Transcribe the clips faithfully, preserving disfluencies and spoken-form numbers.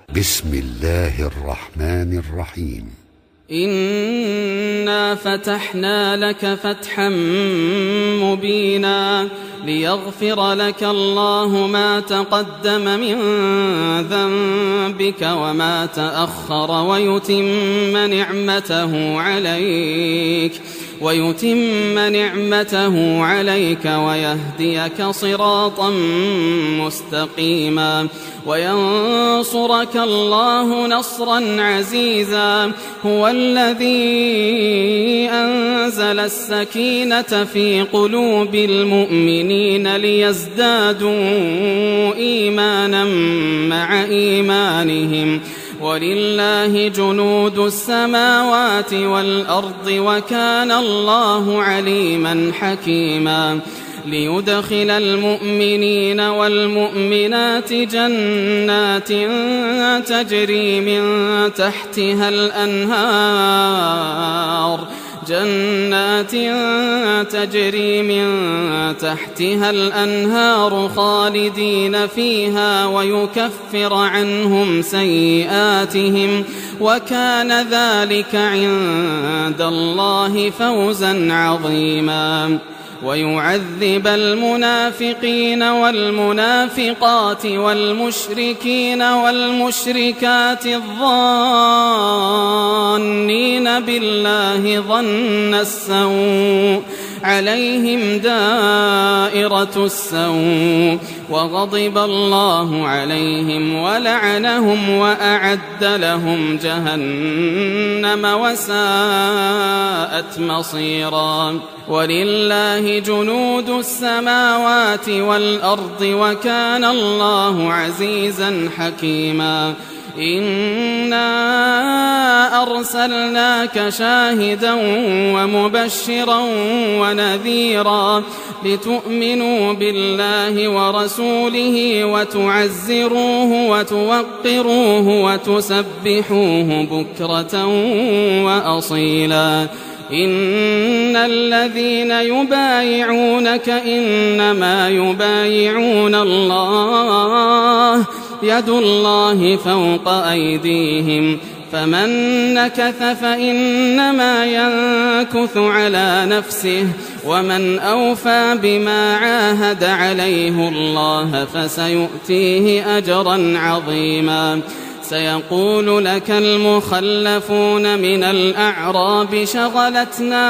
بسم الله الرحمن الرحيم. إنا فتحنا لك فتحا مبينا ليغفر لك الله ما تقدم من ذنبك وما تأخر ويتم نعمته عليك ويتم نعمته عليك ويهديك صراطا مستقيما وينصرك الله نصرا عزيزا. هو الذي أنزل السكينة في قلوب المؤمنين ليزدادوا إيمانا مع إيمانهم ولله جنود السماوات والأرض وكان الله عليما حكيما. ليدخل المؤمنين والمؤمنات جنات تجري من تحتها الأنهار جنات تجري من تحتها الأنهار خالدين فيها ويكفر عنهم سيئاتهم وكان ذلك عند الله فوزا عظيما. ويعذب المنافقين والمنافقات والمشركين والمشركات الظانين بالله ظن السوء عليهم دائرة السوء وغضب الله عليهم ولعنهم وأعد لهم جهنم وساءت مصيرا. ولله جنود السماوات والأرض وكان الله عزيزا حكيما. إنا أرسلناك شاهدا ومبشرا ونذيرا لتؤمنوا بالله ورسوله وتعزروه وتوقروه وتسبحوه بكرة وأصيلا. إن الذين يبايعونك إنما يبايعون الله يد الله فوق أيديهم فمن نكث فإنما ينكث على نفسه ومن أوفى بما عاهد عليه الله فسيؤتيه أجرا عظيما. سيقول لك المخلفون من الأعراب شغلتنا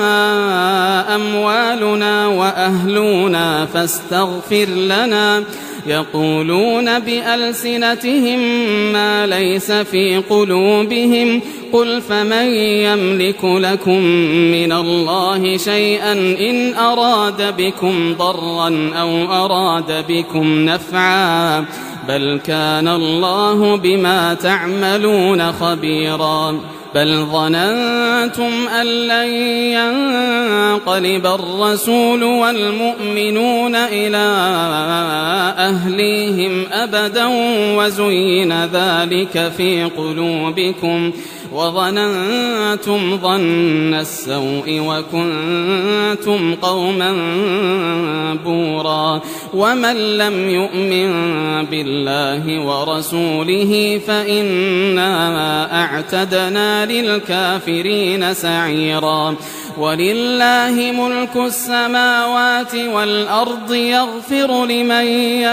أموالنا وأهلنا فاستغفر لنا يقولون بألسنتهم ما ليس في قلوبهم قل فمن يملك لكم من الله شيئا إن أراد بكم ضرا أو أراد بكم نفعا بل كان الله بما تعملون خبيرا. بل ظننتم أن لن ينقلب الرسول والمؤمنون إلى أهليهم أبدا وزين ذلك في قلوبكم وظننتم ظن السوء وكنتم قوما بورا. ومن لم يؤمن بالله ورسوله فإنا أعتدنا للكافرين سعيرا. ولله ملك السماوات والأرض يغفر لمن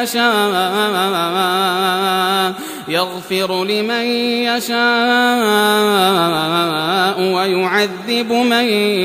يشاء يغفر لمن يشاء ويعذب من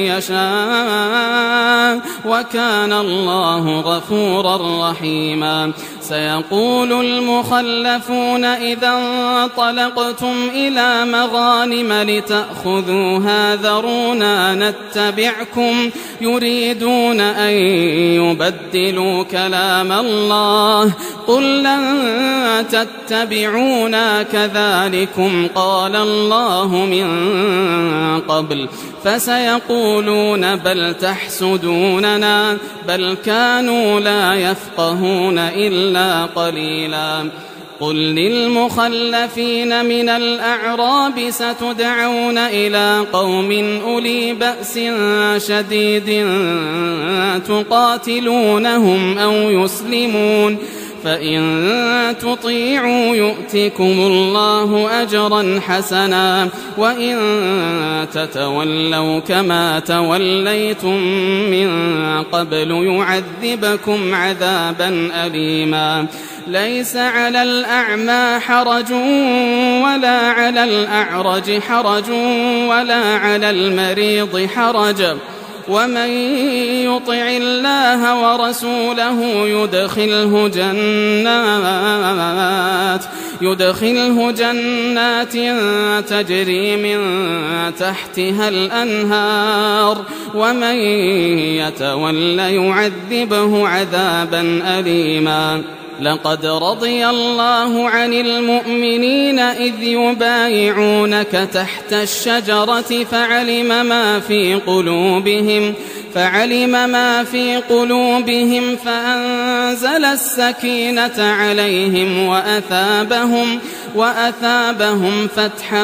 يشاء وكان الله غفورا رحيما. سيقول المخلفون إذا انطلقتم إلى مغانم لتأخذوها ذرونا نتبعكم يريدون أن يبدلوا كلام الله قل لن تتبعونا كذلكم قال الله من قبل فسيقولون بل تحسدوننا بل كانوا لا يفقهون إلا قليلا. قل للمخلفين من الأعراب ستدعون إلى قوم أولي بأس شديد تقاتلونهم أو يسلمون فإن تطيعوا يؤتكم الله أجرا حسنا وإن تتولوا كما توليتم من قبل يعذبكم عذابا أليما ليس على الأعمى حرج ولا على الأعرج حرج ولا على المريض حرج ومن يطع الله ورسوله يدخله جنات يدخله جنات تجري من تحتها الأنهار ومن يتول يعذبه عذابا أليما لقد رضي الله عن المؤمنين إذ يبايعونك تحت الشجرة فعلم ما في قلوبهم فعلم ما في قلوبهم فأنزل السكينة عليهم وأثابهم وأثابهم فتحا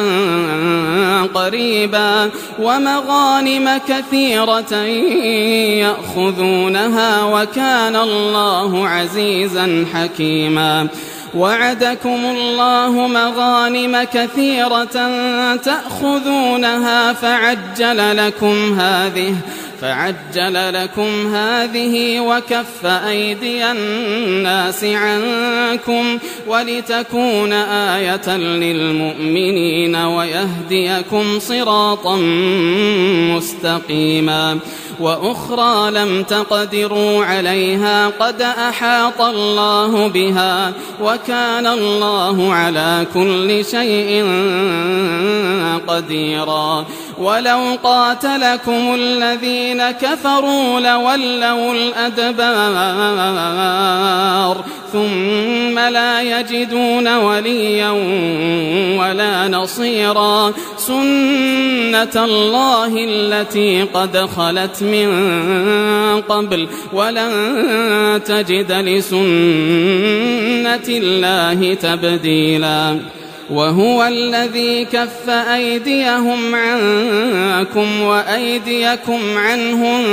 قريبا ومغانم كثيرة يأخذونها وكان الله عزيزا حكيما وعدكم الله مغانم كثيرة تأخذونها فعجل لكم هذه فعجل لكم هذه وكف أيدي الناس عنكم ولتكون آية للمؤمنين ويهديكم صراطا مستقيما وأخرى لم تقدروا عليها قد أحاط الله بها وكان الله على كل شيء قديرا ولو قاتلكم الذين كفروا لولوا الأدبار ثم لا يجدون وليا ولا نصيرا سنة الله التي قد خلت من قبل ولن تجد لسنة الله تبديلا وهو الذي كف أيديهم عنكم وأيديكم عنهم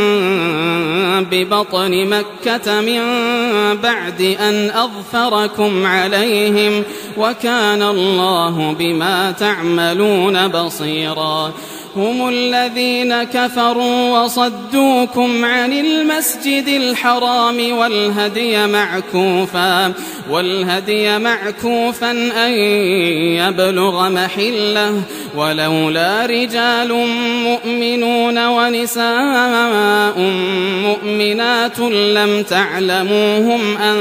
ببطن مكة من بعد أن أظفركم عليهم وكان الله بما تعملون بصيرا هم الذين كفروا وصدوكم عن المسجد الحرام والهدي معكوفا والهدي معكوفا أن يبلغ محله ولولا رجال مؤمنون ونساء مؤمنات لم تعلموهم أن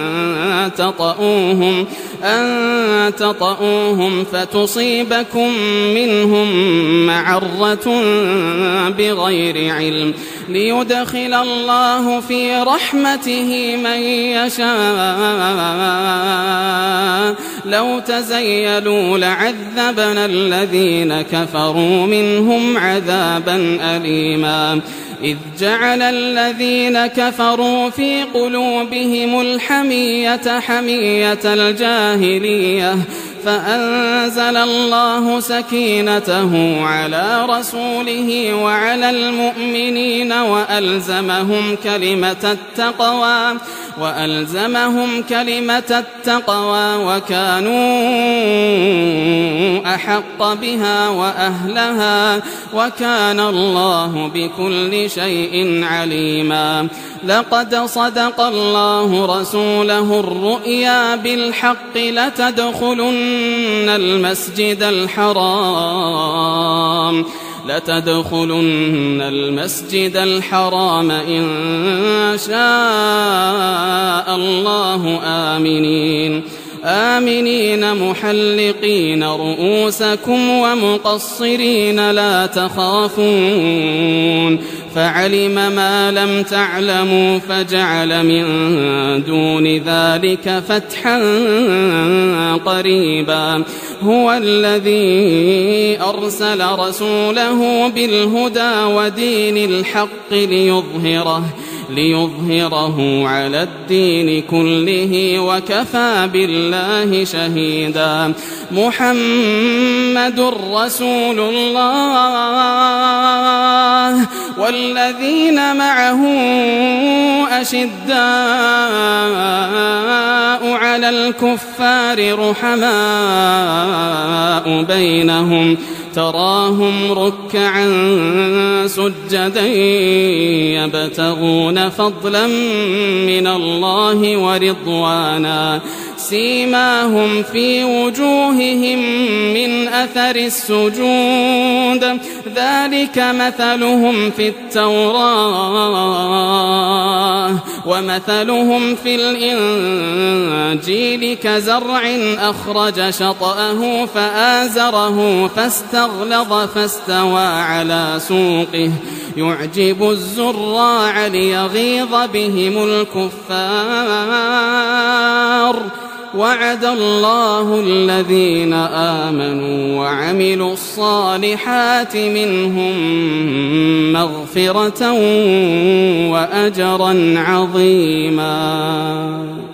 تطؤوهم أن تطؤوهم فتصيبكم منهم معرة بغير علم ليدخل الله في رحمته من يشاء لو تزيلوا لعذبنا الذين كفروا منهم عذابا أليما إذ جعل الذين كفروا في قلوبهم الحمية حمية الجاهلية فأنزل الله سكينته على رسوله وعلى المؤمنين وألزمهم كلمة التقوى وألزمهم كلمة التقوى وكانوا أحق بها وأهلها وكان الله بكل شيء عليما لقد صدق الله رسوله الرؤيا بالحق لتدخلن المسجد الحرام لتدخلن المسجد الحرام إن شاء الله آمنين آمنين محلقين رؤوسكم ومقصرين لا تخافون فعلم ما لم تعلموا فجعل من دون ذلك فتحا قريبا هو الذي أرسل رسوله بالهدى ودين الحق ليظهره ليظهره على الدين كله وكفى بالله شهيدا محمد رسول الله والذين معه أشداء على الكفار رحماء بينهم تراهم ركعا سجدا يبتغون فضلا من الله ورضوانا سيماهم في وجوههم من أثر السجود ذلك مثلهم في التوراة ومثلهم في الإنجيل كزرع أخرج شطأه فآزره فاستغلظ فاستوى على سوقه يعجب الزراع ليغيظ بهم الكفار وعد الله الذين آمنوا وعملوا الصالحات منهم مغفرة وأجرا عظيما.